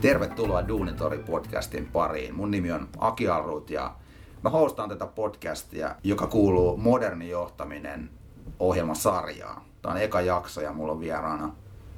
Tervetuloa Duunitori-podcastin pariin. Mun nimi on Aki Alrut ja mä hostaan tätä podcastia, joka kuuluu Moderni johtaminen -ohjelmasarjaan. Tää on eka jakso ja mulla on vieraana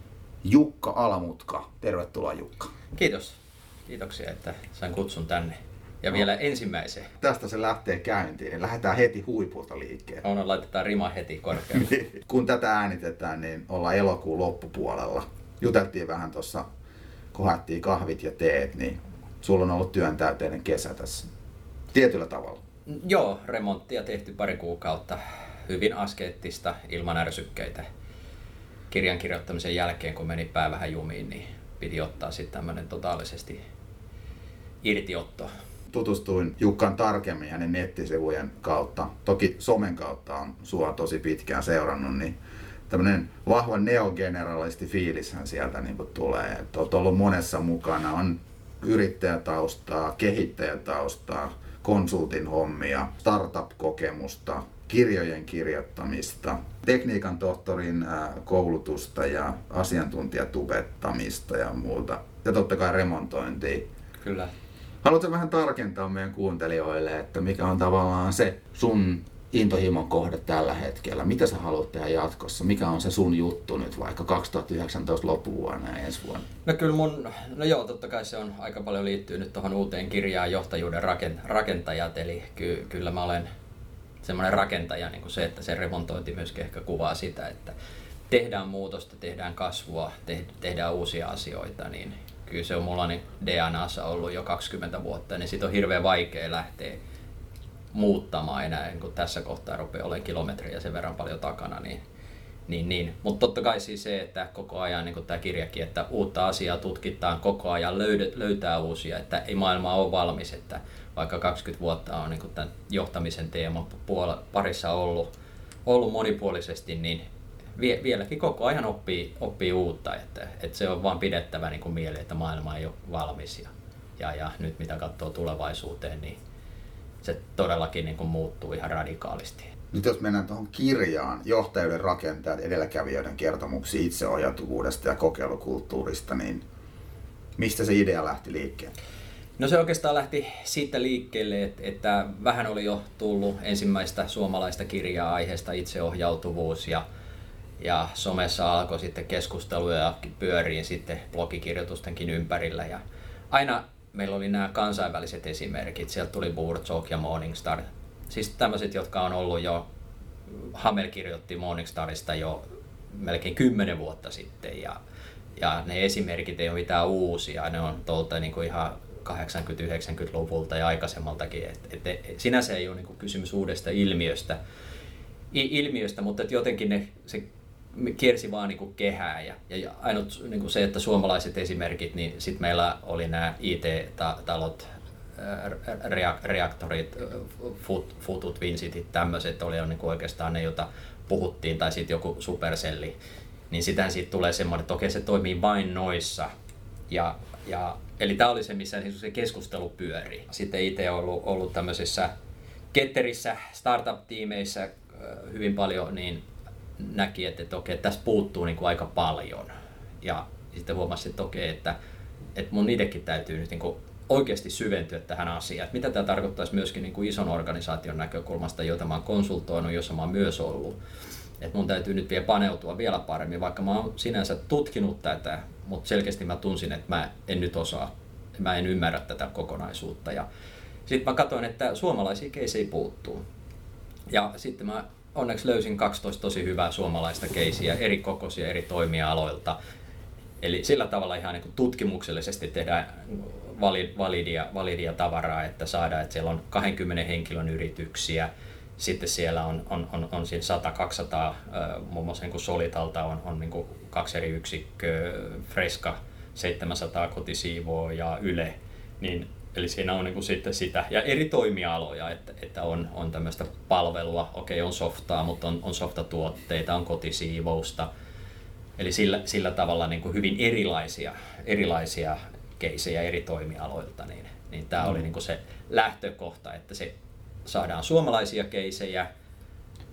Jukka Alamutka. Tervetuloa Jukka. Kiitos. Kiitoksia, että sain kutsun tänne. Ja vielä ensimmäisen. Tästä se lähtee käyntiin, niin lähdetään heti huipulta liikkeelle. Laitetaan rima heti korkealle. Kun tätä äänitetään, niin ollaan elokuun loppupuolella. Juteltiin vähän tuossa, kun haettiin kahvit ja teet, niin sulla on ollut työntäyteinen kesä tässä. Tietyllä tavalla. Joo, remonttia tehty pari kuukautta. Hyvin askeettista, ilman ärsykkeitä. Kirjan kirjoittamisen jälkeen, kun meni pää vähän jumiin, niin piti ottaa sitten tämmöinen totaalisesti irtiotto. Tutustuin Jukkaan tarkemmin hänen nettisivujen kautta. Toki somen kautta on sua tosi pitkään seurannut, niin tämmöinen vahva neogeneralisti fiilishän sieltä niin kuin tulee. Että olet ollut monessa mukana, on yrittäjätaustaa, kehittäjätaustaa, konsultin hommia, startup-kokemusta, kirjojen kirjoittamista, tekniikan tohtorin koulutusta ja asiantuntijatubettamista ja muuta. Ja totta kai remontointia. Kyllä. Haluatko vähän tarkentaa meidän kuuntelijoille, että mikä on tavallaan se sun intohimon kohde tällä hetkellä? Mitä sä haluat tehdä jatkossa? Mikä on se sun juttu nyt vaikka 2019 loppuvuonna ja ensi vuonna? No kyllä totta kai se on aika paljon liittyy nyt tuohon uuteen kirjaan johtajuuden rakentajat. Eli kyllä mä olen semmoinen rakentaja, niin kuin se, että se remontointi myöskin ehkä kuvaa sitä, että tehdään muutosta, tehdään kasvua, tehdään uusia asioita, niin kyllä se on mulla niin DNAssa ollut jo 20 vuotta, niin sit on hirveän vaikea lähteä muuttamaan enää, kun tässä kohtaa rupeaa olemaan kilometriä sen verran paljon takana. Niin. Mutta totta kai siis se, että koko ajan, niin kuin tämä kirjakin, että uutta asiaa tutkitaan koko ajan, löytää uusia, että ei maailma ole valmis, että vaikka 20 vuotta on niin kuin tämän johtamisen teeman parissa ollut monipuolisesti, niin vieläkin koko ajan oppii uutta, että se on vaan pidettävä niin kuin mieleen, että maailma ei ole valmis ja nyt mitä katsoo tulevaisuuteen, niin se todellakin niin kuin muuttuu ihan radikaalisti. Nyt jos mennään tuohon kirjaan, johtajuuden rakentajat, edelläkävijöiden kertomuksia itseohjautuvuudesta ja kokeilukulttuurista, niin mistä se idea lähti liikkeelle? No se oikeastaan lähti siitä liikkeelle, että vähän oli jo tullut ensimmäistä suomalaista kirjaa aiheesta itseohjautuvuus ja somessa alkoi sitten keskusteluja pyöriin sitten blogikirjoitustenkin ympärillä ja aina meillä oli nämä kansainväliset esimerkit, sieltä tuli Buurtzog ja Morningstar, siis tämmöiset, jotka on ollut jo, Hamel kirjoitti Morningstarista jo melkein 10 vuotta sitten ja ne esimerkit ei ole mitään uusia, ne on tuolta niin kuin ihan 80-90-luvulta ja aikaisemmaltakin, että sinänsä ei ole niin kuin kysymys uudesta ilmiöstä, mutta että jotenkin se kiersi vaan niin kuin kehää ja ainut niin kuin se, että suomalaiset esimerkit, niin sitten meillä oli nämä IT-talot, reaktorit, futut, Vincitit, tämmöiset oli niin kuin oikeastaan ne, joita puhuttiin, tai sitten joku Supercelli, niin sitähän siitä tulee semmoinen, että okei, se toimii vain noissa. Eli tämä oli se, missä se keskustelu pyörii. Sitten itse olen ollut tämmöisissä ketterissä, startup-tiimeissä hyvin paljon, niin näki, että okei, tässä puuttuu niin kuin aika paljon. Ja sitten huomasin, että okei, että mun itsekin täytyy nyt niin kuin oikeasti syventyä tähän asiaan. Että mitä tämä tarkoittaisi myöskin niin kuin ison organisaation näkökulmasta, jota mä oon konsultoinut, jossa mä oon myös ollut. Että mun täytyy nyt vielä paneutua vielä paremmin, vaikka mä oon sinänsä tutkinut tätä, mutta selkeästi mä tunsin, että mä en nyt osaa, mä en ymmärrä tätä kokonaisuutta. Ja sitten mä katsoin, että suomalaisia keisejä puuttuu. Ja sitten mä onneksi löysin 12 tosi hyvää suomalaista keisiä, eri kokoisia, eri toimialoilta. Eli sillä tavalla ihan niin kuin tutkimuksellisesti tehdään validia tavaraa, että saadaan, että siellä on 20 henkilön yrityksiä. Sitten siellä on siinä 100-200, muun muassa niin kuin Solitalta on niin kuin 2 eri yksikköä, Fresca 700 kotisiivoo ja Yle. Niin, eli siinä on niin kuin sitten sitä, ja eri toimialoja, että on tämmöistä palvelua, okei, on softaa, mutta on softatuotteita, on kotisiivousta. Eli sillä tavalla niin kuin hyvin erilaisia keisejä eri toimialoilta, niin tämä oli niin kuin se lähtökohta, että se saadaan suomalaisia keisejä,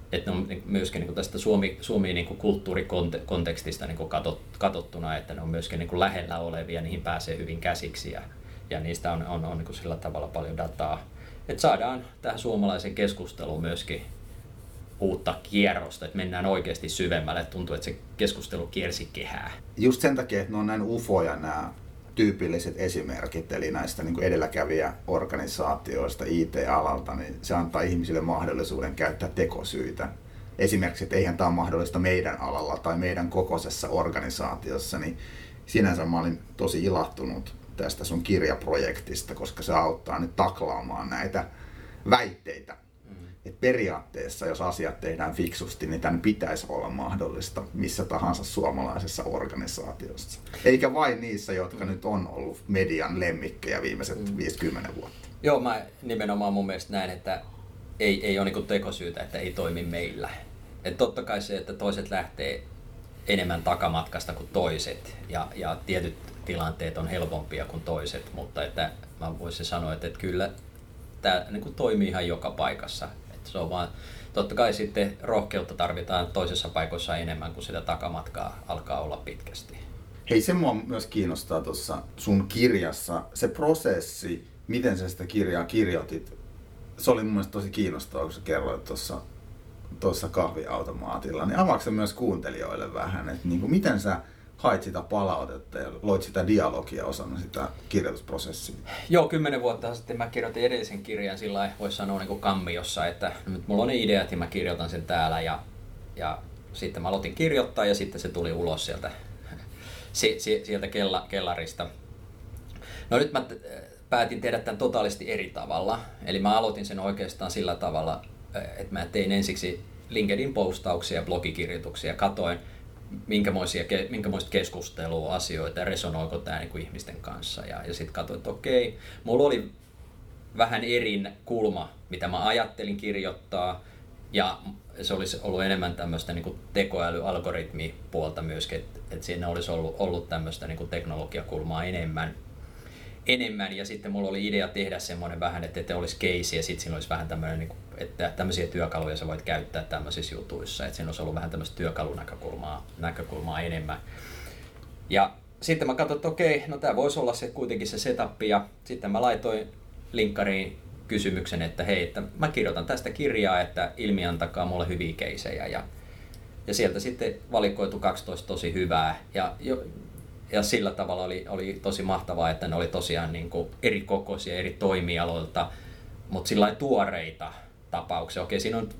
että ne on myöskin niin kuin tästä Suomi niin kuin kulttuurikontekstista niin kuin katsottuna, että ne on myöskin niin kuin lähellä olevia, niihin pääsee hyvin käsiksi ja niistä on niin kuin sillä tavalla paljon dataa. Että saadaan tähän suomalaisen keskusteluun myöskin uutta kierrosta, että mennään oikeasti syvemmälle, että tuntuu, että se keskustelu kiersi kehää. Just sen takia, että ne on näin ufoja nämä tyypilliset esimerkit, eli näistä niin kuin edelläkävijäorganisaatioista IT-alalta, niin se antaa ihmisille mahdollisuuden käyttää tekosyitä. Esimerkiksi, että eihän tämä ole mahdollista meidän alalla tai meidän kokoisessa organisaatiossa, niin sinänsä mä olin tosi ilahtunut tästä sun kirjaprojektista, koska se auttaa nyt taklaamaan näitä väitteitä. Et periaatteessa, jos asiat tehdään fiksusti, niin tämän pitäisi olla mahdollista missä tahansa suomalaisessa organisaatiossa. Eikä vain niissä, jotka nyt on ollut median lemmikkejä viimeiset 50 vuotta. Joo, mä nimenomaan mun mielestä näen, että ei ole niinku tekosyytä, että ei toimi meillä. Et totta kai se, että toiset lähtee enemmän takamatkasta kuin toiset ja tietyt tilanteet on helpompia kuin toiset, mutta että mä voisin sanoa, että kyllä tämä niinku toimii ihan joka paikassa. Se on vaan, totta kai sitten rohkeutta tarvitaan toisessa paikoissa enemmän, kuin sitä takamatkaa alkaa olla pitkästi. Hei, se mua myös kiinnostaa tuossa sun kirjassa, se prosessi, miten sä sitä kirjaa kirjoitit. Se oli mun mielestä tosi kiinnostavaa, kun sä kerroit tuossa kahviautomaatilla. Niin avaatko sä myös kuuntelijoille vähän, että niin kuin miten sä hait sitä palautetta ja loit sitä dialogia osana sitä kirjoitusprosessia? Joo, 10 vuotta sitten mä kirjoitin edellisen kirjan sillä voisi sanoa niin kuin kammiossa, että nyt mulla on ne ideat ja mä kirjoitan sen täällä ja sitten mä aloitin kirjoittaa ja sitten se tuli ulos sieltä kellarista. No nyt mä päätin tehdä tämän totaalisesti eri tavalla, eli mä aloitin sen oikeastaan sillä tavalla, että mä tein ensiksi LinkedIn-postauksia ja blogikirjoituksia ja katoin, minkämoista keskustelua, asioita ja resonoiko tämä niin kuin ihmisten kanssa. Ja sitten katsoin, että okei, mulla oli vähän erin kulma, mitä mä ajattelin kirjoittaa, ja se olisi ollut enemmän tämmöistä niin kuin tekoälyalgoritmipuolta myöskin, että siinä olisi ollut tämmöistä niin kuin teknologiakulmaa enemmän, ja sitten mulla oli idea tehdä semmoinen vähän, että olisi case, ja sitten siinä olisi vähän tämmöinen, että tämmöisiä työkaluja sä voit käyttää tämmöisissä jutuissa, että siinä olisi ollut vähän tämmöistä työkalunäkökulmaa enemmän. Ja sitten mä katsoin, että okei, no tää voisi olla se kuitenkin se setup, ja sitten mä laitoin linkkariin kysymyksen, että hei, että mä kirjoitan tästä kirjaa, että ilmiantakaa mulle hyviä keisejä, ja sieltä sitten valikoitu 12 tosi hyvää, ja sillä tavalla oli tosi mahtavaa, että ne oli tosiaan niin kuin eri kokoisia, eri toimialoilta, mutta sillä tuoreita tapauksia. Okei, siinä on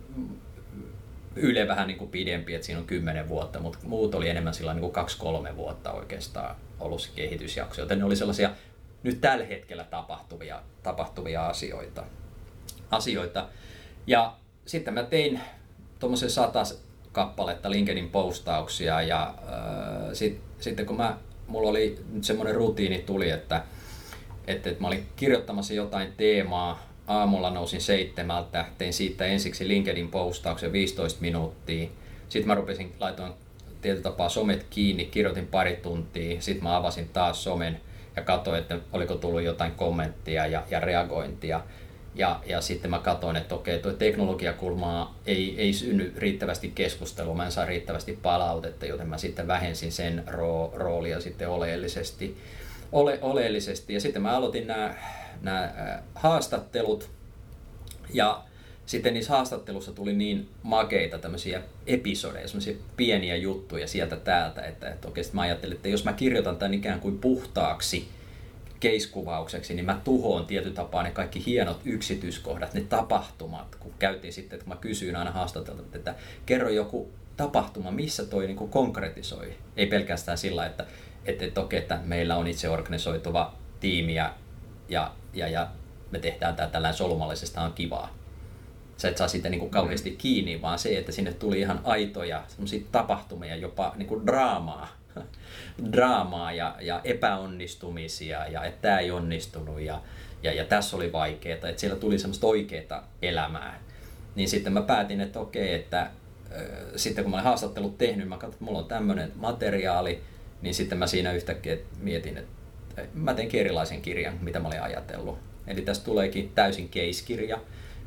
Yle vähän niin kuin pidempi, että siinä on 10 vuotta, mutta muut oli enemmän sillä niin kuin 2-3 vuotta oikeastaan ollut se kehitysjakso. Joten ne oli sellaisia nyt tällä hetkellä tapahtuvia asioita. Ja sitten mä tein tuommoisen 100 kappaletta LinkedIn postauksia ja sitten kun mulla oli nyt semmoinen rutiini tuli, että mä olin kirjoittamassa jotain teemaa, aamulla nousin 7, tein siitä ensiksi LinkedIn postauksen 15 minuuttia, sitten mä laitoin tietyllä tapaa somet kiinni, kirjoitin pari tuntia, sitten mä avasin taas somen ja katsoin, että oliko tullut jotain kommenttia ja reagointia. Ja sitten mä katsoin, että okei, tuo teknologiakulmaa ei synny riittävästi keskustelua, mä en saa riittävästi palautetta, joten mä sitten vähensin sen roolia sitten oleellisesti. Ja sitten mä aloitin nämä haastattelut, ja sitten niissä haastattelussa tuli niin makeita tämmöisiä episodeja, semmoisia pieniä juttuja sieltä täältä, että oikeasti mä ajattelin, että jos mä kirjoitan tämän ikään kuin puhtaaksi case-kuvaukseksi, niin mä tuhoon tietyllä tapaa ne kaikki hienot yksityiskohdat, ne tapahtumat, kun käytiin sitten, että mä kysyin aina haastatelta, että kerro joku tapahtuma, missä toi niin kuin konkretisoi. Ei pelkästään sillä, että okei, että meillä on itse organisoituva tiimi ja me tehdään tämä tällainen solumallisesti, on kivaa. Sä et saa sitten niin kuin kauheasti kiinni, vaan se, että sinne tuli ihan aitoja semmoisia tapahtumia, jopa niin kuin draamaa ja epäonnistumisia ja että tämä ei onnistunut ja tässä oli vaikeaa, että siellä tuli semmoista oikeaa elämää. Niin sitten mä päätin, että okei, että sitten kun mä olen haastattelut tehnyt, mä katsoin, että mulla on tämmöinen materiaali, niin sitten mä siinä yhtäkkiä mietin, että mä teenkin erilaisen kirjan, mitä mä olin ajatellut. Eli tästä tuleekin täysin case-kirja,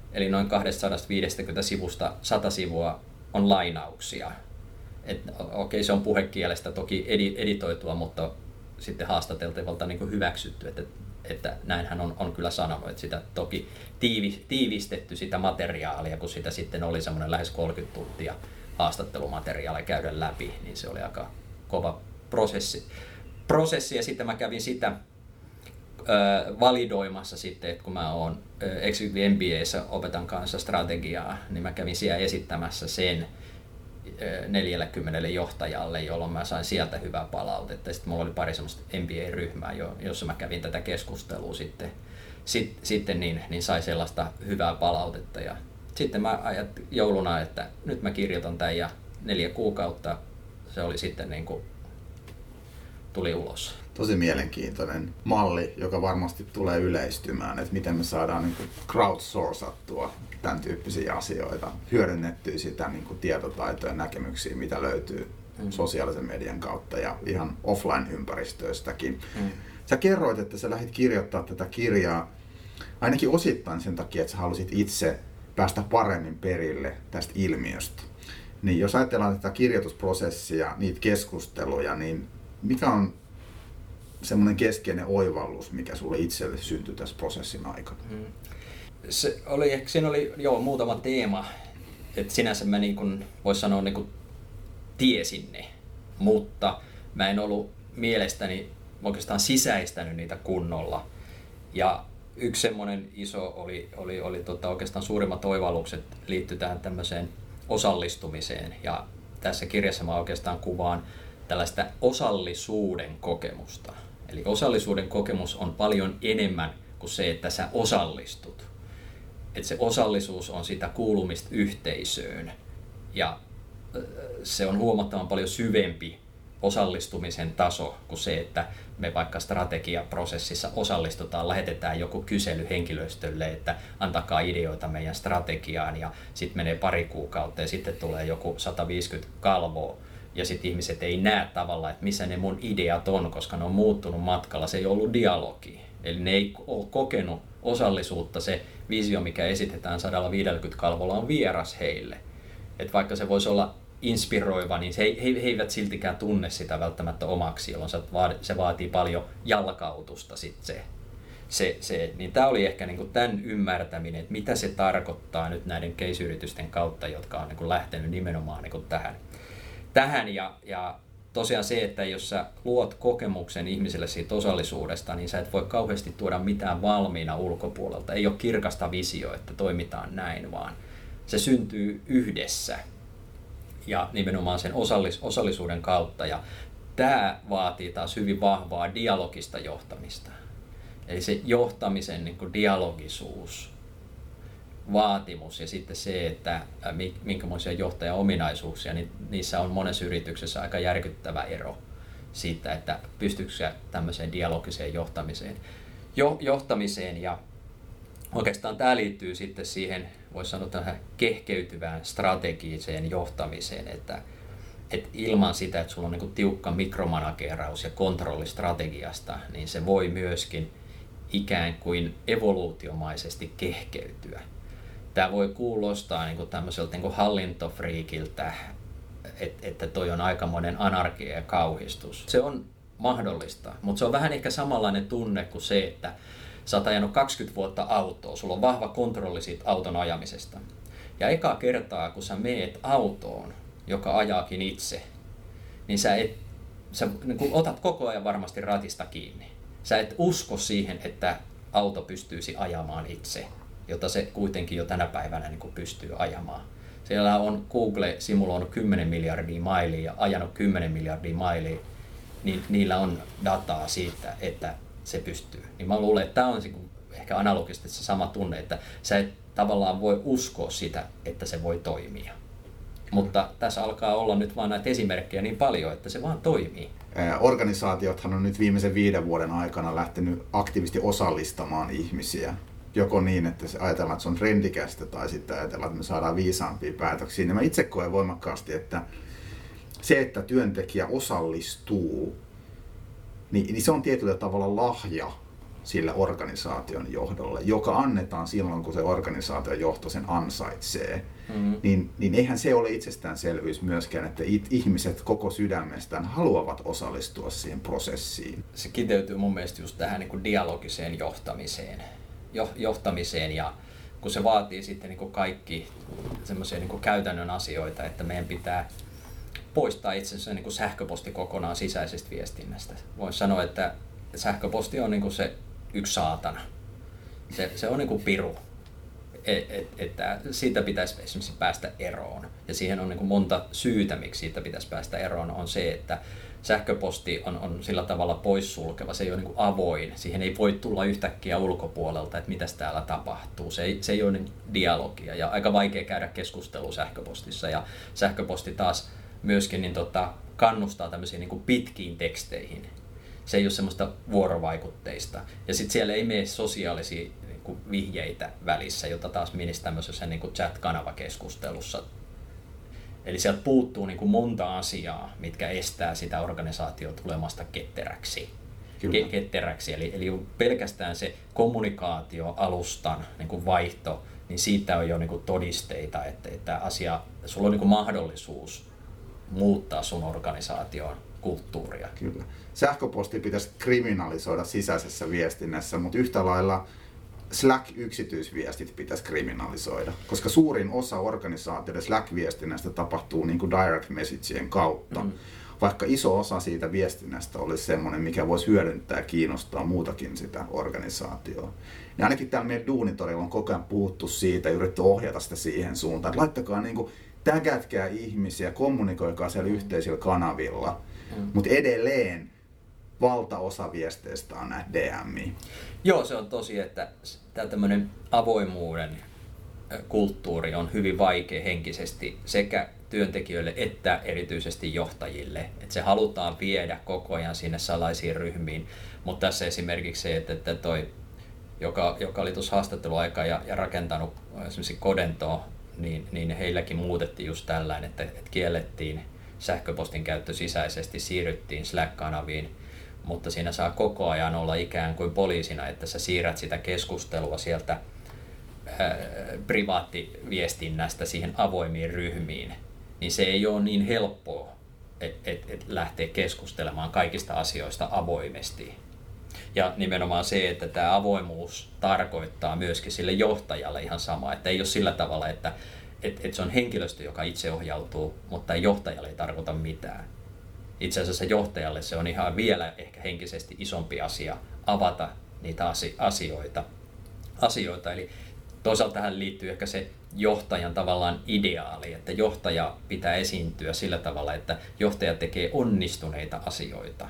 Eli noin 250 sivusta 100 sivua on lainauksia. Okei, se on puhekielestä toki editoitua, mutta sitten haastateltavalta niin kuin hyväksytty, että näin hän on kyllä sanonut, että sitä toki tiivistetty sitä materiaalia, kun sitä sitten oli semmoinen lähes 30 tuntia haastattelumateriaalia käydä läpi, niin se oli aika kova prosessi ja sitten mä kävin sitä validoimassa sitten, että kun mä oon Executive MBA:ssä opetan kanssa strategiaa, niin mä kävin siellä esittämässä sen 40 johtajalle, jolloin mä sain sieltä hyvää palautetta. Sitten mulla oli pari semmoista MBA-ryhmää, jossa mä kävin tätä keskustelua sitten niin sai sellaista hyvää palautetta. Ja sitten mä ajattelin jouluna, että nyt mä kirjoitan tämän ja 4 kuukautta se oli sitten niin kuin tuli ulos. Tosi mielenkiintoinen malli, joka varmasti tulee yleistymään, että miten me saadaan niin kuin crowdsourcattua tämän tyyppisiä asioita, hyödynnettyä sitä niin kuin tietotaitoja ja näkemyksiä, mitä löytyy sosiaalisen median kautta ja ihan offline-ympäristöistäkin. Sä kerroit, että sä lähdit kirjoittaa tätä kirjaa ainakin osittain sen takia, että sä halusit itse päästä paremmin perille tästä ilmiöstä. Niin jos ajatellaan tätä kirjoitusprosessia, niitä keskusteluja, niin mikä on semmoinen keskeinen oivallus, mikä sulle itselle syntyi tässä prosessin aikana? Siinä oli muutama teema, että sinänsä mä niin kuin, vois sanoa niin kuin tiesin ne, mutta mä en ollut mielestäni oikeastaan sisäistänyt niitä kunnolla. Ja yksi semmoinen iso oli oikeastaan suurimmat oivallukset liittyi tähän tämmöiseen osallistumiseen. Ja tässä kirjassa mä oikeastaan kuvaan tällaista osallisuuden kokemusta. Eli osallisuuden kokemus on paljon enemmän kuin se, että sä osallistut. Että se osallisuus on sitä kuulumista yhteisöön. Ja se on huomattavan paljon syvempi osallistumisen taso kuin se, että me vaikka strategiaprosessissa osallistutaan, lähetetään joku kysely henkilöstölle, että antakaa ideoita meidän strategiaan ja sitten menee pari kuukautta ja sitten tulee joku 150 kalvoa ja sitten ihmiset ei näe tavallaan, että missä ne mun ideat on, koska ne on muuttunut matkalla, se ei ollut dialogi. Eli ne ei ole kokenut osallisuutta, se visio, mikä esitetään 150 kalvolla on vieras heille. Et vaikka se voisi olla inspiroiva, niin he eivät siltikään tunne sitä välttämättä omaksi, jolloin se vaatii paljon jalkautusta sitten niin tämä oli ehkä niinku tämän ymmärtäminen, että mitä se tarkoittaa nyt näiden case-yritysten kautta, jotka on niinku lähtenyt nimenomaan niinku tähän ja tosiaan se, että jos sä luot kokemuksen ihmiselle siitä osallisuudesta, niin sä et voi kauheasti tuoda mitään valmiina ulkopuolelta. Ei ole kirkasta visio, että toimitaan näin, vaan se syntyy yhdessä ja nimenomaan sen osallisuuden kautta. Ja tämä vaatii taas hyvin vahvaa dialogista johtamista. Eli se johtamisen niin kuin dialogisuus, vaatimus ja sitten se, että minkälaisia johtajaominaisuuksia, niin niissä on monessa yrityksessä aika järkyttävä ero siitä, että pystyykö se tämmöiseen dialogiseen johtamiseen ja oikeastaan tämä liittyy sitten siihen, voisi sanoa tähän kehkeytyvään strategiseen johtamiseen, että ilman sitä, että sulla on niin kuin tiukka mikromanageeraus ja kontrolli strategiasta, niin se voi myöskin ikään kuin evoluutiomaisesti kehkeytyä. Tämä voi kuulostaa niin kuin tämmöiseltä niin kuin hallintofriikiltä, että toi on aikamoinen anarkia ja kauhistus. Se on mahdollista, mutta se on vähän ehkä samanlainen tunne kuin se, että sä oot ajanut 20 vuotta autoa, sulla on vahva kontrolli siitä auton ajamisesta. Ja ekaa kertaa, kun sä meet autoon, joka ajaakin itse, niin sä niin kuin otat koko ajan varmasti ratista kiinni. Sä et usko siihen, että auto pystyisi ajamaan itse, jota se kuitenkin jo tänä päivänä niin kuin pystyy ajamaan. Siellä on Google simuloinut 10 miljardia mailia ja ajanut 10 miljardia mailia, niin niillä on dataa siitä, että se pystyy. Niin mä luulen, että tämä on ehkä analogisesti se sama tunne, että sä et tavallaan voi uskoa sitä, että se voi toimia. Mutta tässä alkaa olla nyt vaan näitä esimerkkejä niin paljon, että se vaan toimii. Organisaatiothan on nyt viimeisen 5 vuoden aikana lähtenyt aktiivisesti osallistamaan ihmisiä. Joko niin, että ajatellaan, että se on trendikästä, tai sitten ajatellaan, että me saadaan viisaampia päätöksiä. Ja mä itse koen voimakkaasti, että se, että työntekijä osallistuu, niin se on tietyllä tavalla lahja sille organisaation johdolle, joka annetaan silloin, kun se organisaation johto sen ansaitsee, niin eihän se ole itsestäänselvyys myöskään, että ihmiset koko sydämestään haluavat osallistua siihen prosessiin. Se kiteytyy mun mielestä just tähän niin kuin dialogiseen johtamiseen ja kun se vaatii sitten niin kuin kaikki semmoisia niin kuin käytännön asioita, että meidän pitää poistaa itse asiassa niin kuin sähköposti kokonaan sisäisestä viestinnästä. Voisi sanoa, että sähköposti on niin kuin se yksi saatana. Se on niin kuin piru. Että siitä pitäisi esimerkiksi päästä eroon. Ja siihen on niin kuin monta syytä, miksi siitä pitäisi päästä eroon. On se, että sähköposti on sillä tavalla poissulkeva, se ei ole niin kuin avoin. Siihen ei voi tulla yhtäkkiä ulkopuolelta, että mitäs täällä tapahtuu. Se ei ole niin dialogia ja aika vaikea käydä keskustelua sähköpostissa. Ja sähköposti taas myöskin niin kannustaa tämmöisiin niin kuin pitkiin teksteihin. Se ei ole semmoista vuorovaikutteista. Ja sitten siellä ei mene sosiaalisia niin kuin vihjeitä välissä, jota taas menisi tämmöisessä niin kuin chat-kanavakeskustelussa. Eli sieltä puuttuu niin kuin monta asiaa, mitkä estää sitä organisaatiota tulemasta ketteräksi. Eli pelkästään se kommunikaatioalustan niin kuin vaihto, niin siitä on jo niin kuin todisteita, että sulla on niin kuin mahdollisuus muuttaa sun organisaation kulttuuria. Kyllä. Sähköposti pitäisi kriminalisoida sisäisessä viestinnässä, mutta yhtä lailla Slack-yksityisviestit pitäisi kriminalisoida, koska suurin osa organisaatioiden Slack-viestinnästä tapahtuu niin kuin direct messageen kautta. Vaikka iso osa siitä viestinnästä olisi semmoinen, mikä voisi hyödyntää ja kiinnostaa muutakin sitä organisaatioa. Ja ainakin täällä meidän Duunitorilla on koko ajan puhuttu siitä ja yritetty ohjata sitä siihen suuntaan, että laittakaa niin kuin tägätkää ihmisiä, kommunikoikaa siellä yhteisillä kanavilla, mutta edelleen valtaosa viesteistä on näitä DM:iä. Joo, se on tosi, että tämä tämmöinen avoimuuden kulttuuri on hyvin vaikea henkisesti sekä työntekijöille että erityisesti johtajille. Että se halutaan viedä koko ajan sinne salaisiin ryhmiin, mutta tässä esimerkiksi se, että toi, joka oli tuossa haastatteluaikaa ja rakentanut esimerkiksi Codentoa, niin heilläkin muutettiin just tällainen, että kiellettiin sähköpostin käyttö sisäisesti, siirryttiin Slack-kanaviin, mutta siinä saa koko ajan olla ikään kuin poliisina, että sä siirrät sitä keskustelua sieltä privaattiviestinnästä siihen avoimiin ryhmiin, niin se ei ole niin helppoa, että lähteä keskustelemaan kaikista asioista avoimesti. Ja nimenomaan se, että tämä avoimuus tarkoittaa myöskin sille johtajalle ihan sama, että ei ole sillä tavalla, että se on henkilöstö, joka itse ohjautuu, mutta johtajalle ei tarkoita mitään. Itse asiassa johtajalle se on ihan vielä ehkä henkisesti isompi asia avata niitä asioita. Eli toisaalta tähän liittyy ehkä se johtajan tavallaan ideaali, että johtaja pitää esiintyä sillä tavalla, että johtaja tekee onnistuneita asioita.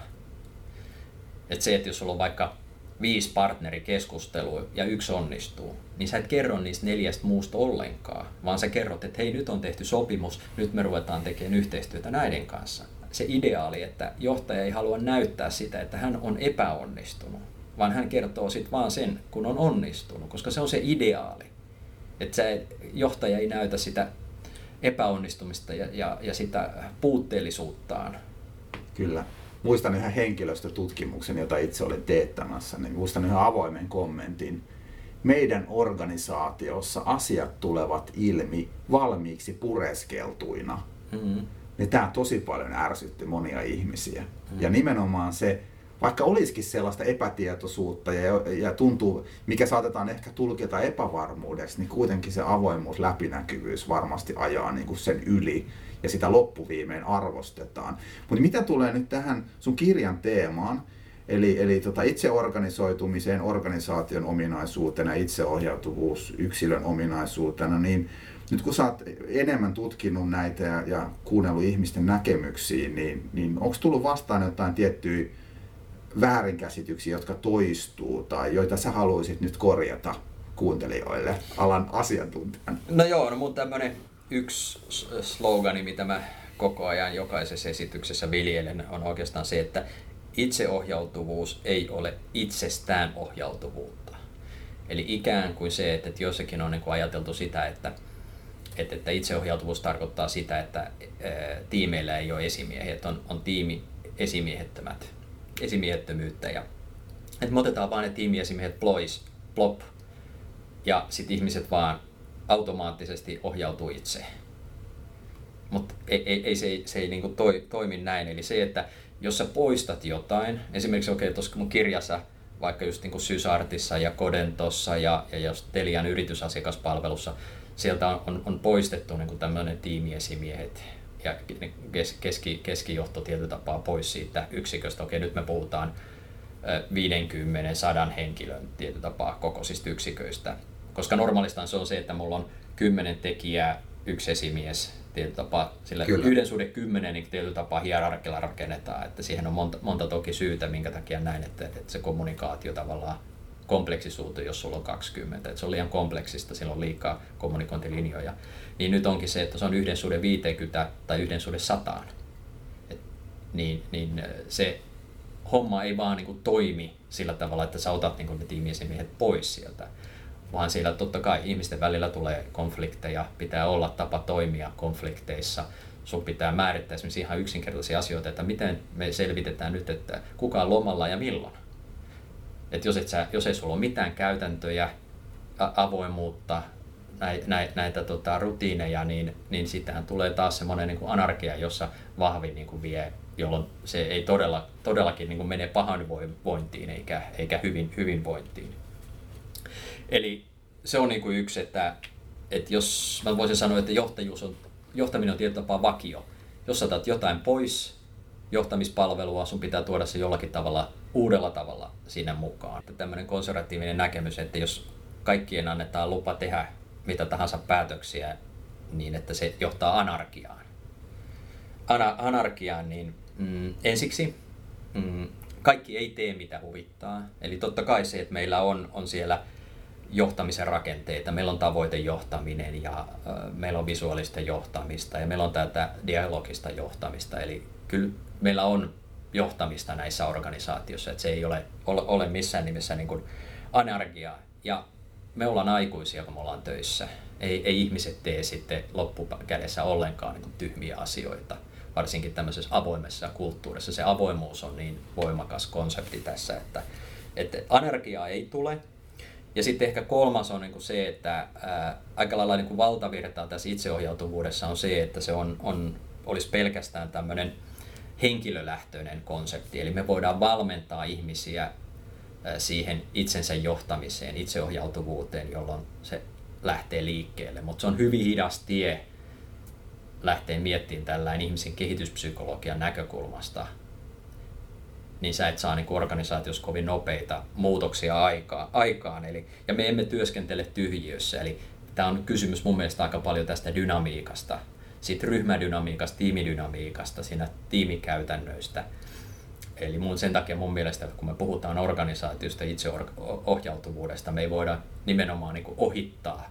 Että se, että jos sulla on vaikka 5 partnerikeskustelua ja 1 onnistuu, niin sä et kerro niistä 4 muusta ollenkaan, vaan sä kerrot, että hei, nyt on tehty sopimus, nyt me ruvetaan tekemään yhteistyötä näiden kanssa. Se ideaali, että johtaja ei halua näyttää sitä, että hän on epäonnistunut, vaan hän kertoo sitten vaan sen, kun on onnistunut, koska se on se ideaali. Että johtaja ei näytä sitä epäonnistumista ja sitä puutteellisuuttaan. Kyllä. Muistan yhden henkilöstötutkimuksen, jota itse olin teettämässä, niin muistan yhden avoimen kommentin. Meidän organisaatiossa asiat tulevat ilmi valmiiksi pureskeltuina. Niin tämä tosi paljon ärsytti monia ihmisiä. Ja nimenomaan se, vaikka olisikin sellaista epätietoisuutta ja tuntuu, mikä saatetaan ehkä tulkita epävarmuudeksi, niin kuitenkin se avoimuus, läpinäkyvyys varmasti ajaa niin kuin sen yli ja sitä loppuviimein arvostetaan. Mutta mitä tulee nyt tähän sun kirjan teemaan, eli itseorganisoitumiseen organisaation ominaisuutena, itseohjautuvuus yksilön ominaisuutena, niin nyt kun sä oot enemmän tutkinut näitä ja kuunnellut ihmisten näkemyksiä, niin onko tullut vastaan jotain tiettyjä väärinkäsityksiä, jotka toistuu tai joita sä haluaisit nyt korjata kuuntelijoille alan asiantuntijan? No joo, mun tämmönen yksi slogani, mitä mä koko ajan jokaisessa esityksessä viljelen, on oikeastaan se, että itseohjautuvuus ei ole itsestään ohjautuvuutta. Eli ikään kuin se, että jossakin on niin kuin ajateltu sitä, että itseohjautuvuus tarkoittaa sitä, että tiimeillä ei ole esimiehiä, että on tiimi esimiehettömyyttä. että me otetaan vaan ne tiimiesimiehet plop, ja sitten ihmiset vaan automaattisesti ohjautuu itse. Mutta se ei niinku toimi näin. Eli se, että jos sä poistat jotain, esimerkiksi tuossa mun kirjassa, vaikka just niinku Sysartissa ja Codentossa ja jos Telian yritysasiakaspalvelussa, sieltä on poistettu niinku tämmöinen tiimiesimiehet ja keskijohto tietyllä tapaa pois siitä yksiköstä. Okei, nyt me puhutaan 50-100 henkilön tietyllä tapaa kokoisista yksiköistä. Koska normaalistaan se on se, että mulla on 10 tekijää, 1 esimies tietyllä tapaa. Sillä 1:10 niin tietyllä tapaa hierarkilla rakennetaan. Että siihen on monta toki syytä, minkä takia näin, että se kommunikaatio tavallaan kompleksisuutuu, jos sulla on 20. Että se on liian kompleksista, sillä on liikaa kommunikointilinjoja. Niin nyt onkin se, että se on 1:50 tai 1:100. Niin se homma ei vaan niin kuin toimi sillä tavalla, että sä otat niin kuin ne tiimiesimiehet pois sieltä. Vaan siellä totta kai ihmisten välillä tulee konflikteja, pitää olla tapa toimia konflikteissa. Sun pitää määrittää esimerkiksi ihan yksinkertaisia asioita, että miten me selvitetään nyt, että kuka on lomalla ja milloin. Että jos ei sulla ole mitään käytäntöjä, avoimuutta, näitä rutiineja, niin sittenhän tulee taas semmoinen niin kuin anarkia, jossa vahvin niin kuin vie, jolloin se ei todellakin niin kuin mene pahoinvointiin eikä hyvinvointiin. Eli se on niin kuin yksi, että jos mä voisin sanoa, että johtaminen on tietyllä tapaa vakio. Jos otat jotain pois johtamispalvelua, sun pitää tuoda se jollakin tavalla, uudella tavalla siinä mukaan. Tämmöinen konservatiivinen näkemys, että jos kaikkien annetaan lupa tehdä mitä tahansa päätöksiä niin, että se johtaa anarkiaan. Anarkiaan, niin ensiksi kaikki ei tee mitä huvittaa. Eli totta kai se, että meillä on siellä johtamisen rakenteita, meillä on tavoitejohtaminen ja meillä on visuaalista johtamista ja meillä on tätä dialogista johtamista. Eli kyllä meillä on johtamista näissä organisaatioissa, että se ei ole missään nimessä niin kuin anarkiaa. Ja me ollaan aikuisia, kun me ollaan töissä. Ei ihmiset tee sitten loppukädessä ollenkaan niin kuin tyhmiä asioita, varsinkin tämmöisessä avoimessa kulttuurissa. Se avoimuus on niin voimakas konsepti tässä, että anarkiaa ei tule. Ja sitten ehkä kolmas on niin kuin se, että aika lailla niin kuin valtavirtaa tässä itseohjautuvuudessa on se, että se olisi pelkästään tämmöinen henkilölähtöinen konsepti. Eli me voidaan valmentaa ihmisiä siihen itsensä johtamiseen, itseohjautuvuuteen, jolloin se lähtee liikkeelle. Mutta se on hyvin hidas tie lähteä miettimään tällainen ihmisen kehityspsykologian näkökulmasta. Niin sä et saa niin organisaatiossa kovin nopeita muutoksia aikaan. Ja me emme työskentele tyhjiössä. Eli tämä on kysymys mun mielestä aika paljon tästä dynamiikasta. Siitä ryhmädynamiikasta, tiimidynamiikasta, siinä tiimikäytännöistä. Eli sen takia mun mielestä, kun me puhutaan organisaatiosta itseohjautuvuudesta, me ei voida nimenomaan niin kuin ohittaa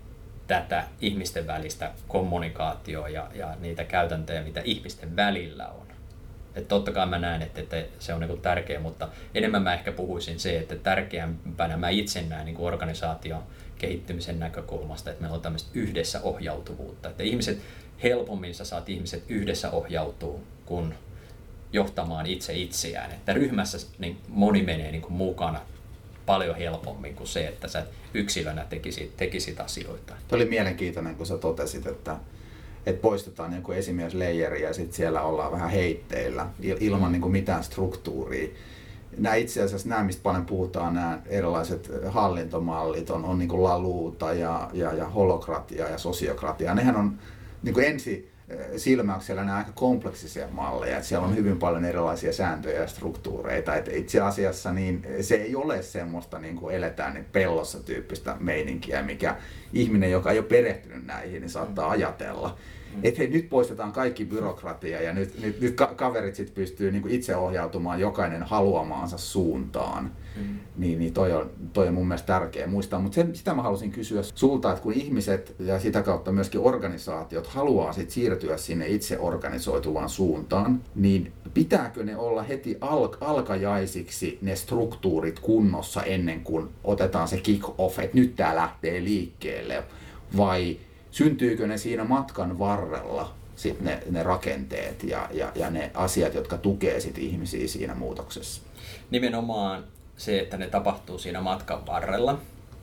tätä ihmisten välistä kommunikaatioa ja niitä käytäntöjä, mitä ihmisten välillä on. Että totta kai mä näen, että se on niin kuin tärkeä, mutta enemmän mä ehkä puhuisin se, että tärkeämpänä mä itse näen niin kuin organisaation kehittymisen näkökulmasta, että meillä on tämmöistä yhdessä ohjautuvuutta. Että helpommin sä saat ihmiset yhdessä ohjautua, kun johtamaan itse itseään. Että ryhmässä niin moni menee niin kuin mukana paljon helpommin kuin se, että sä yksilönä tekisit asioita. Tuo oli mielenkiintoinen, kun sä totesit, että poistetaan joku esimiesleijeri ja sitten siellä ollaan vähän heitteillä ilman niin kuin mitään struktuuria. Itse asiassa mistä paljon puhutaan, nämä erilaiset hallintomallit, on niin kuin laluuta ja holokratia ja sosiokratia. Nehän on niin kuin silmäyksellä nämä aika kompleksisia malleja, että siellä on hyvin paljon erilaisia sääntöjä ja struktuureita. Että itse asiassa niin se ei ole semmoista niin kuin eletään niin pellossa tyyppistä meininkiä, mikä ihminen, joka ei ole perehtynyt näihin, niin saattaa ajatella. Että hei, nyt poistetaan kaikki byrokratia ja nyt kaverit sit pystyy niin kuin itse ohjautumaan jokainen haluamaansa suuntaan. Niin toi on mun mielestä tärkeä muistaa. Mutta sitä mä halusin kysyä sulta, että kun ihmiset ja sitä kautta myöskin organisaatiot haluaa sit siirtyä sinne itse organisoituvaan suuntaan, niin pitääkö ne olla heti alkajaisiksi ne struktuurit kunnossa ennen kuin otetaan se kick-off, että nyt tää lähtee liikkeelle, vai syntyykö ne siinä matkan varrella sit ne rakenteet ja ne asiat, jotka tukee sit ihmisiä siinä muutoksessa? Nimenomaan se, että ne tapahtuu siinä matkan varrella.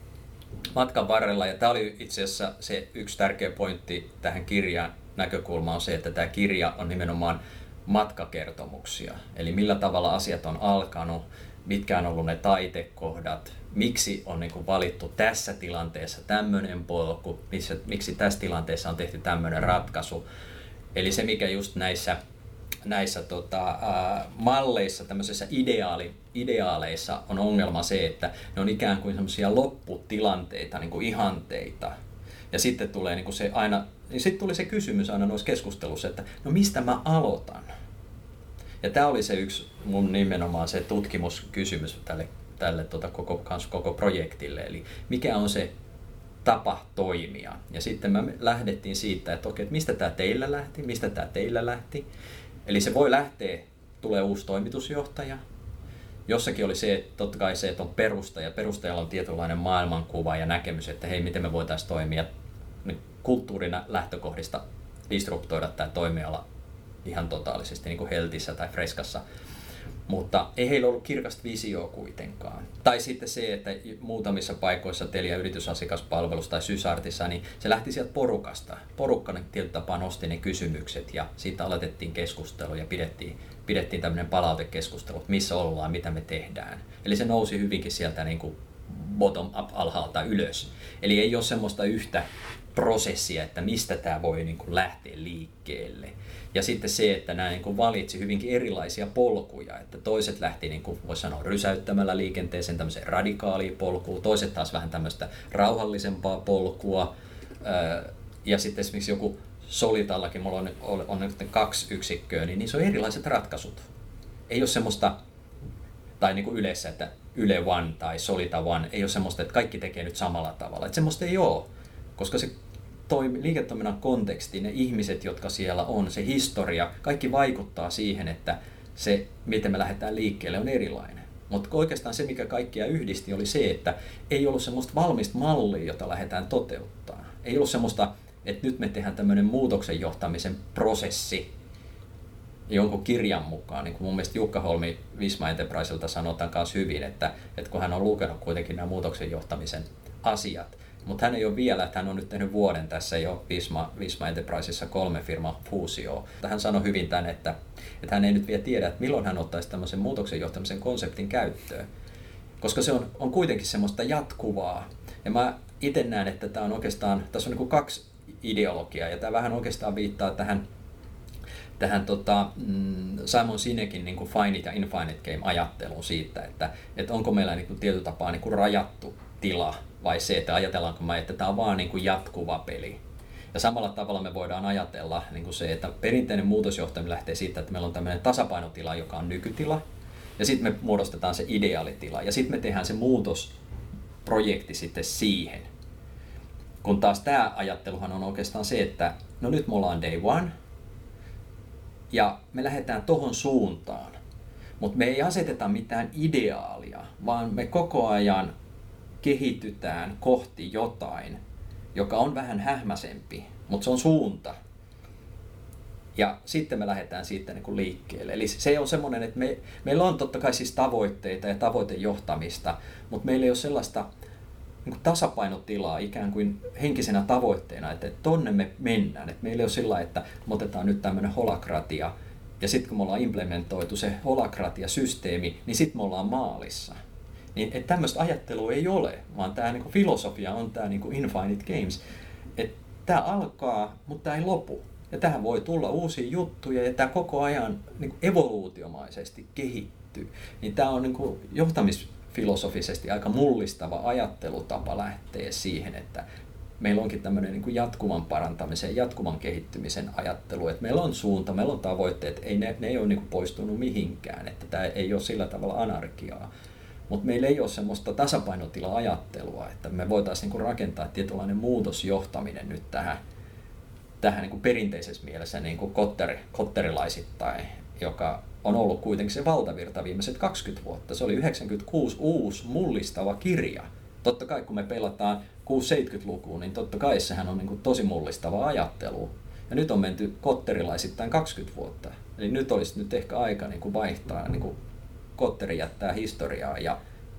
Ja tämä oli itse asiassa se yksi tärkeä pointti tähän kirjan näkökulmaan on se, että tämä kirja on nimenomaan matkakertomuksia. Eli millä tavalla asiat on alkanut, mitkä on ollut ne taitekohdat, miksi on niin kuin valittu tässä tilanteessa tämmöinen polku, miksi tässä tilanteessa on tehty tämmöinen ratkaisu. Eli se, mikä just näissä malleissa, tämmöisissä ideaaleissa on ongelma se, että ne on ikään kuin semmoisia lopputilanteita, niin kuin ihanteita. Ja sitten tulee niin kuin se aina, niin sitten tuli se kysymys aina noissa keskustelussa, että no mistä mä aloitan? Ja tämä oli se yksi mun nimenomaan se tutkimuskysymys tälle koko projektille, eli mikä on se tapa toimia. Ja sitten me lähdettiin siitä, että okei, että mistä tämä teillä lähti. Eli se voi lähteä, tulee uusi toimitusjohtaja. Jossakin oli se, että totta kai se, että on perustaja. Perustajalla on tietynlainen maailmankuva ja näkemys, että hei, miten me voitaisiin toimia kulttuurina lähtökohdista disruptoida tämä toimiala ihan totaalisesti niin kuin Heltissä tai Freskassa. Mutta ei heillä ollut kirkasta visioa kuitenkaan. Tai sitten se, että muutamissa paikoissa Telia yritysasiakaspalvelussa tai Sysartissa, niin se lähti sieltä porukasta. Porukka tietyllä tapaa nosti ne kysymykset ja siitä aloitettiin keskustelu ja pidettiin tämmöinen palautekeskustelu, että missä ollaan, mitä me tehdään. Eli se nousi hyvinkin sieltä niin kuin bottom up alhaalta ylös. Eli ei ole semmoista yhtä prosessia, että mistä tämä voi niin kuin lähteä liikkeelle. Ja sitten se, että nämä niin kuin valitsi hyvinkin erilaisia polkuja, että toiset lähti, niin kuin voisi sanoa, rysäyttämällä liikenteeseen tämmöiseen radikaaliin polkuun, toiset taas vähän tämmöistä rauhallisempaa polkua. Ja sitten esimerkiksi joku Solitallakin, mulla on nyt 2 yksikköä, niin niissä on erilaiset ratkaisut. Ei ole semmoista, tai niin kuin yleensä, että Yle One tai Solita One, ei ole semmoista, että kaikki tekee nyt samalla tavalla. Että semmoista ei ole, koska se liiketoiminnan konteksti, ne ihmiset, jotka siellä on, se historia, kaikki vaikuttaa siihen, että se, miten me lähdetään liikkeelle, on erilainen. Mutta oikeastaan se, mikä kaikkia yhdisti, oli se, että ei ollut semmoista valmista mallia, jota lähdetään toteuttaa. Ei ollut semmoista, että nyt me tehdään tämmöinen muutoksen johtamisen prosessi jonkun kirjan mukaan. Niin kuin mun mielestä Jukka Holmi Visma Enterpriselta sanotaan myös hyvin, että kun hän on lukenut kuitenkin nämä muutoksen johtamisen asiat, mutta hän ei ole vielä, että hän on nyt tehnyt vuoden tässä jo Visma Enterprisessa 3 firman fuusioon. Hän sanoi hyvin tämän, että hän ei nyt vielä tiedä, että milloin hän ottaisi tämmöisen muutoksen johtamisen konseptin käyttöön. Koska se on kuitenkin semmoista jatkuvaa. Ja mä itse näen, että tämä on oikeastaan, tässä on niin kuin 2 ideologiaa, ja tämä vähän oikeastaan viittaa tähän Simon Sinekin niin kuin finite ja infinite game -ajatteluun siitä, että onko meillä niin kuin tietyllä tapaa niin kuin rajattu tila, vai se, että ajatellaanko me, että tämä on vaan niin kuin jatkuva peli. Ja samalla tavalla me voidaan ajatella niin kuin se, että perinteinen muutosjohtaminen lähtee siitä, että meillä on tämmöinen tasapainotila, joka on nykytila, ja sitten me muodostetaan se ideaalitila, ja sitten me tehdään se muutosprojekti sitten siihen. Kun taas tämä ajatteluhan on oikeastaan se, että no nyt me ollaan day one, ja me lähdetään tohon suuntaan, mutta me ei aseteta mitään ideaalia, vaan me koko ajan kehitytään kohti jotain, joka on vähän hähmäsempi, mutta se on suunta. Ja sitten me lähdetään siitä niin kuin liikkeelle. Eli se on semmoinen, että meillä on totta kai siis tavoitteita ja tavoitejohtamista, mutta meillä ei ole sellaista niin kuin tasapainotilaa ikään kuin henkisenä tavoitteena, että tonne me mennään. Että meillä ei ole sillä, että me otetaan nyt tämmöinen holakratia, ja sitten kun me ollaan implementoitu se holakratia-systeemi, niin sitten me ollaan maalissa. Niin, että tämmöistä ajattelua ei ole, vaan tämä niin kuin filosofia on tämä niin kuin infinite games. Että tämä alkaa, mutta tämä ei lopu. Ja tähän voi tulla uusia juttuja, ja tämä koko ajan niin kuin evoluutiomaisesti kehittyy. Niin tämä on niin kuin johtamisfilosofisesti aika mullistava ajattelutapa lähteä siihen, että meillä onkin tämmöinen niin kuin jatkuvan parantamisen, jatkuvan kehittymisen ajattelu, että meillä on suunta, meillä on tavoitteet, ne ei ole niin kuin poistunut mihinkään, että tämä ei ole sillä tavalla anarkiaa. Mutta meillä ei ole semmoista tasapainotila-ajattelua, että me voitaisiin niinku rakentaa tietynlainen muutosjohtaminen nyt tähän niinku perinteisessä mielessä niinku kotterilaisittain, joka on ollut kuitenkin se valtavirta viimeiset 20 vuotta. Se oli 96 uusi mullistava kirja. Totta kai kun me pelataan 670-lukuun, niin totta kai sehän on niinku tosi mullistava ajattelu. Ja nyt on menty kotterilaisittain 20 vuotta. Eli nyt olisi nyt ehkä aika niinku vaihtaa, niinku kotteri jättää historiaa ja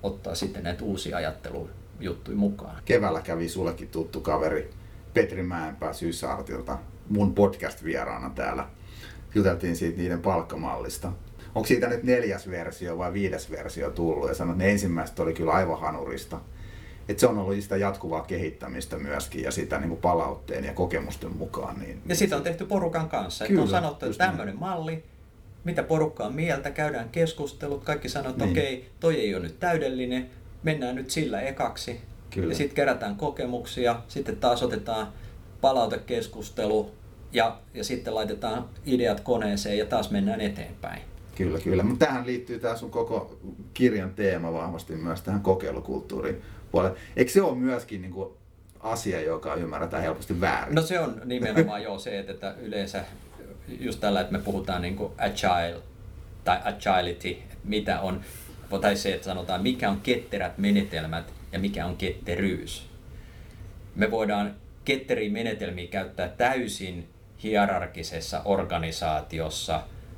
ottaa sitten näitä uusia ajattelujuttuja mukaan. Keväällä kävi sullekin tuttu kaveri Petri Mäenpää Sysartilta mun podcast-vieraana täällä. Juteltiin siitä niiden palkkamallista. Onko siitä nyt 4. versio vai 5. versio tullut? Ja sanoin, että ne ensimmäiset oli kyllä aivan hanurista. Että se on ollut sitä jatkuvaa kehittämistä myöskin ja sitä niin kuin palautteen ja kokemusten mukaan. Ja sitä on tehty porukan kanssa. Kyllä, että on sanottu, että tämmöinen malli, mitä porukka on mieltä, käydään keskustelut, kaikki sanoo, että okei, toi ei ole nyt täydellinen, mennään nyt sillä ekaksi. Kyllä. Ja sitten kerätään kokemuksia, sitten taas otetaan palautekeskustelu ja sitten laitetaan ideat koneeseen ja taas mennään eteenpäin. Kyllä. Mutta tähän liittyy tämä sun koko kirjan teema vahvasti myös tähän kokeilukulttuuriin puolelle. Eikö se ole myöskin niin kuin asia, joka ymmärretään helposti väärin? No se on nimenomaan se, että yleensä just tällä, että me puhutaan niin kuin agile tai agility, mitä on, tai se, että sanotaan mikä on ketterät menetelmät ja mikä on ketteryys. Me voidaan ketteriä menetelmiä käyttää täysin hierarkisessa organisaatiossa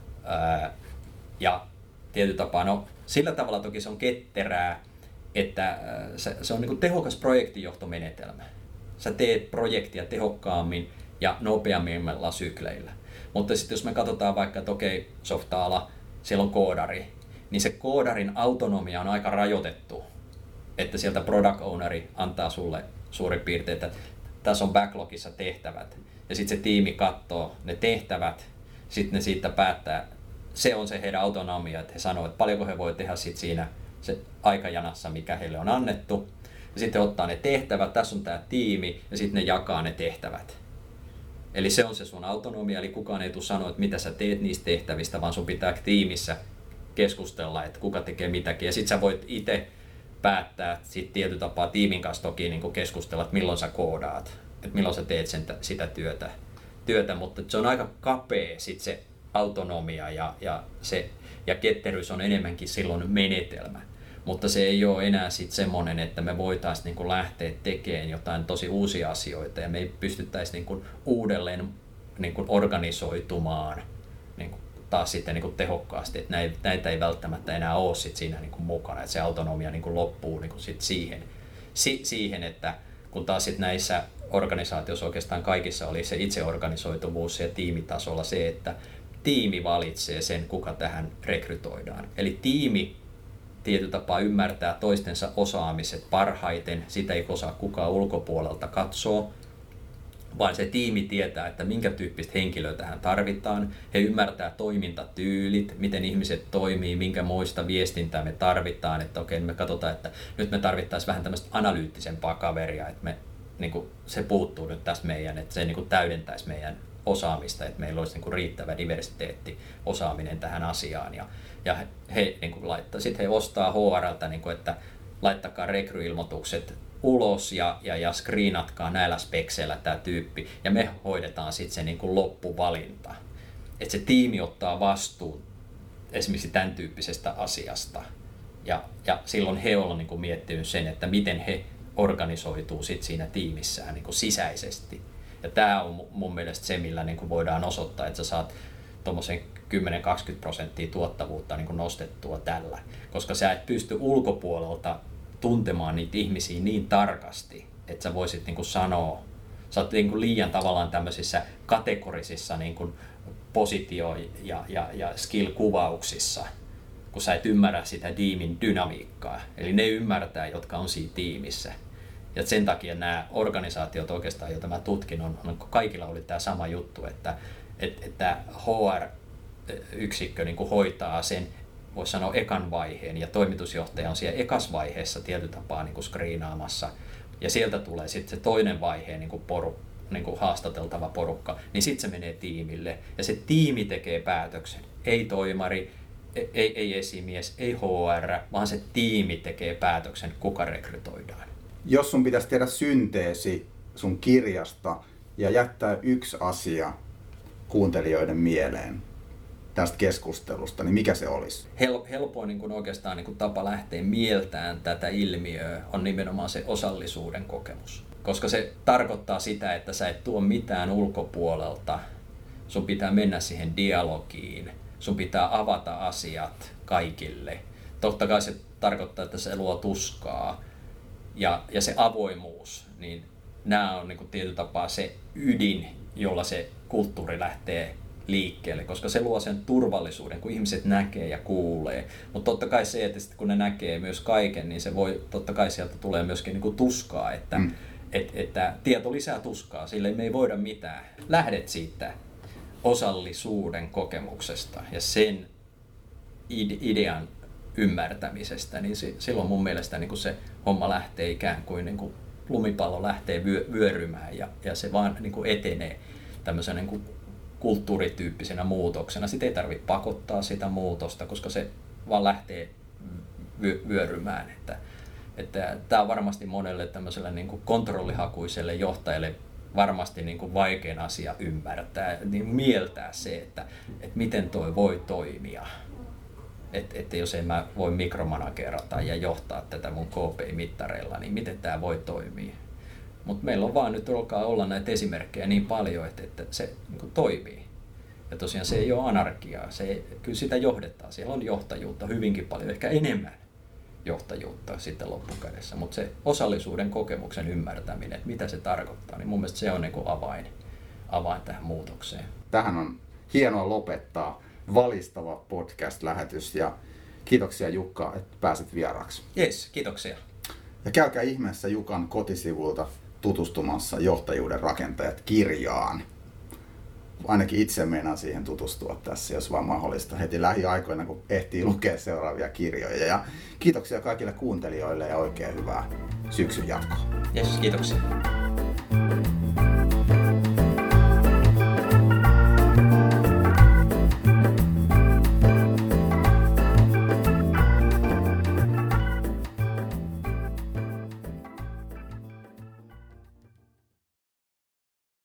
ja tietyllä tapaa, no sillä tavalla toki se on ketterää, että se on niin kuin tehokas projektijohtomenetelmä. Sä teet projektia tehokkaammin ja nopeammilla sykleillä. Mutta sitten jos me katsotaan vaikka, että okei, softa-ala, siellä on koodari, niin se koodarin autonomia on aika rajoitettu. Että sieltä product owneri antaa sulle suurin piirtein, että tässä on backlogissa tehtävät. Ja sitten se tiimi katsoo ne tehtävät, sitten ne siitä päättää, se on se heidän autonomia, että he sanoo, että paljonko he voi tehdä sit siinä se aikajanassa, mikä heille on annettu. Ja sitten ottaa ne tehtävät, tässä on tämä tiimi, ja sitten ne jakaa ne tehtävät. Eli se on se sun autonomia, eli kukaan ei tule sanoa, että mitä sä teet niistä tehtävistä, vaan sun pitää tiimissä keskustella, että kuka tekee mitäkin. Ja sitten sä voit itse päättää sit tietyllä tapaa tiimin kanssa toki niin keskustella, että milloin sä koodaat, että milloin sä teet sitä työtä, mutta se on aika kapea sit se autonomia ja ketteryys on enemmänkin silloin menetelmä. Mutta se ei ole enää sit semmoinen, että me voitaisiin niinku lähteä tekemään jotain tosi uusia asioita ja me ei pystyttäisi niinku uudelleen niinku organisoitumaan niinku taas sitten niinku tehokkaasti. Et näitä ei välttämättä enää ole sit siinä niinku mukana, että se autonomia niinku loppuu niinku sit siihen, että kun taas sit näissä organisaatioissa oikeastaan kaikissa oli se itseorganisoituvuus ja tiimitasolla se, että tiimi valitsee sen, kuka tähän rekrytoidaan. Eli tiimi tietyllä tapaa ymmärtää toistensa osaamiset parhaiten, sitä ei osaa kukaan ulkopuolelta katsoa, vaan se tiimi tietää, että minkä tyyppistä henkilöä tähän tarvitaan. He ymmärtää toimintatyylit, miten ihmiset toimii, minkä muista viestintää me tarvitaan. Että okei, me katsotaan, että nyt me tarvittaisiin vähän tämmöistä analyyttisempaa kaveria, että niin kuin se puuttuu nyt tästä meidän, että se niin kuin täydentäisi meidän osaamista, että meillä olisi niin kuin riittävä diversiteetti osaaminen tähän asiaan. Ja he niin kuin sitten he ostaa HR:ltä, niin kuin, että laittakaa rekryilmoitukset ulos ja screenatkaa näillä spekseillä tämä tyyppi. Ja me hoidetaan sitten se niin kuin loppuvalinta. Että se tiimi ottaa vastuun esimerkiksi tämän tyyppisestä asiasta. Ja silloin he ovat niin kuin miettinyt sen, että miten he organisoituu sit siinä tiimissään niin kuin sisäisesti. Ja tämä on mun mielestä se, millä niin kuin voidaan osoittaa, että sä saat tuommoisen 10-20% tuottavuutta niin kuin nostettua tällä. Koska sä et pysty ulkopuolelta tuntemaan niitä ihmisiä niin tarkasti, että sä voisit niin kuin sanoa, sä oot niin kuin liian tavallaan tämmöisissä kategorisissa niin kuin positio- ja skill-kuvauksissa, kun sä et ymmärrä sitä tiimin dynamiikkaa. Eli ne ymmärtää, jotka on siinä tiimissä. Ja sen takia nämä organisaatiot oikeastaan, joita mä tutkin, kaikilla oli tämä sama juttu, että HR-yksikkö niin kuin hoitaa sen, voisi sanoa, ekan vaiheen, ja toimitusjohtaja on siellä ekas vaiheessa tietyllä tapaa niin kuin screenaamassa, ja sieltä tulee sitten se toinen vaihe, niin kuin haastateltava porukka, niin sitten se menee tiimille, ja se tiimi tekee päätöksen, ei toimari, ei esimies, ei HR, vaan se tiimi tekee päätöksen, kuka rekrytoidaan. Jos sun pitäisi tehdä synteesi sun kirjasta ja jättää yksi asia kuuntelijoiden mieleen tästä keskustelusta, niin mikä se olisi? Helpoin niin kun oikeastaan niin kun tapa lähteä mieltämään tätä ilmiöä on nimenomaan se osallisuuden kokemus. Koska se tarkoittaa sitä, että sä et tuo mitään ulkopuolelta. Sun pitää mennä siihen dialogiin. Sun pitää avata asiat kaikille. totta kai se tarkoittaa, että se luo tuskaa ja se avoimuus, niin nämä on niin kuin tietyllä tapaa se ydin, jolla se kulttuuri lähtee liikkeelle, koska se luo sen turvallisuuden, kun ihmiset näkee ja kuulee. Mutta totta kai se, että kun ne näkee myös kaiken, niin se voi, totta kai sieltä tulee myöskin niin kuin tuskaa, että tieto lisää tuskaa, sille me ei voida mitään. Lähdet siitä osallisuuden kokemuksesta ja sen idean ymmärtämisestä, niin silloin mun mielestä niin kuin se homma lähtee ikään kuin lumipallo lähtee vyörymään ja se vaan niin kuin etenee tämmöisen niin kuin kulttuurityyppisenä muutoksena. Sitten ei tarvitse pakottaa sitä muutosta, koska se vaan lähtee vyörymään. Että tämä on varmasti monelle tämmöiselle niin kuin kontrollihakuiselle johtajalle varmasti niin kuin vaikein asia ymmärtää, niin mieltää se, että miten toi voi toimia. Että jos en mä voi mikromanagerata ja johtaa tätä mun KPI-mittareilla, niin miten tämä voi toimia. Mutta meillä on vaan nyt alkaa olla näitä esimerkkejä niin paljon, että se niin kuin toimii. Ja tosiaan se ei ole anarkiaa, kyllä sitä johdetaan. Siellä on johtajuutta hyvinkin paljon, ehkä enemmän johtajuutta sitten loppukädessä. Mutta se osallisuuden kokemuksen ymmärtäminen, että mitä se tarkoittaa, niin mun mielestä se on niin kuin avain tähän muutokseen. Tähän on hienoa lopettaa valistava podcast-lähetys ja kiitoksia Jukka, että pääsit vieraaksi. Jes, kiitoksia. Ja käykää ihmeessä Jukan kotisivulta tutustumassa Johtajuuden rakentajat -kirjaan. Ainakin itse meinaan siihen tutustua tässä, jos vaan mahdollista, heti lähiaikoina, kun ehtii lukea seuraavia kirjoja. Ja kiitoksia kaikille kuuntelijoille ja oikein hyvää syksyn jatkoa. Jes, kiitoksia.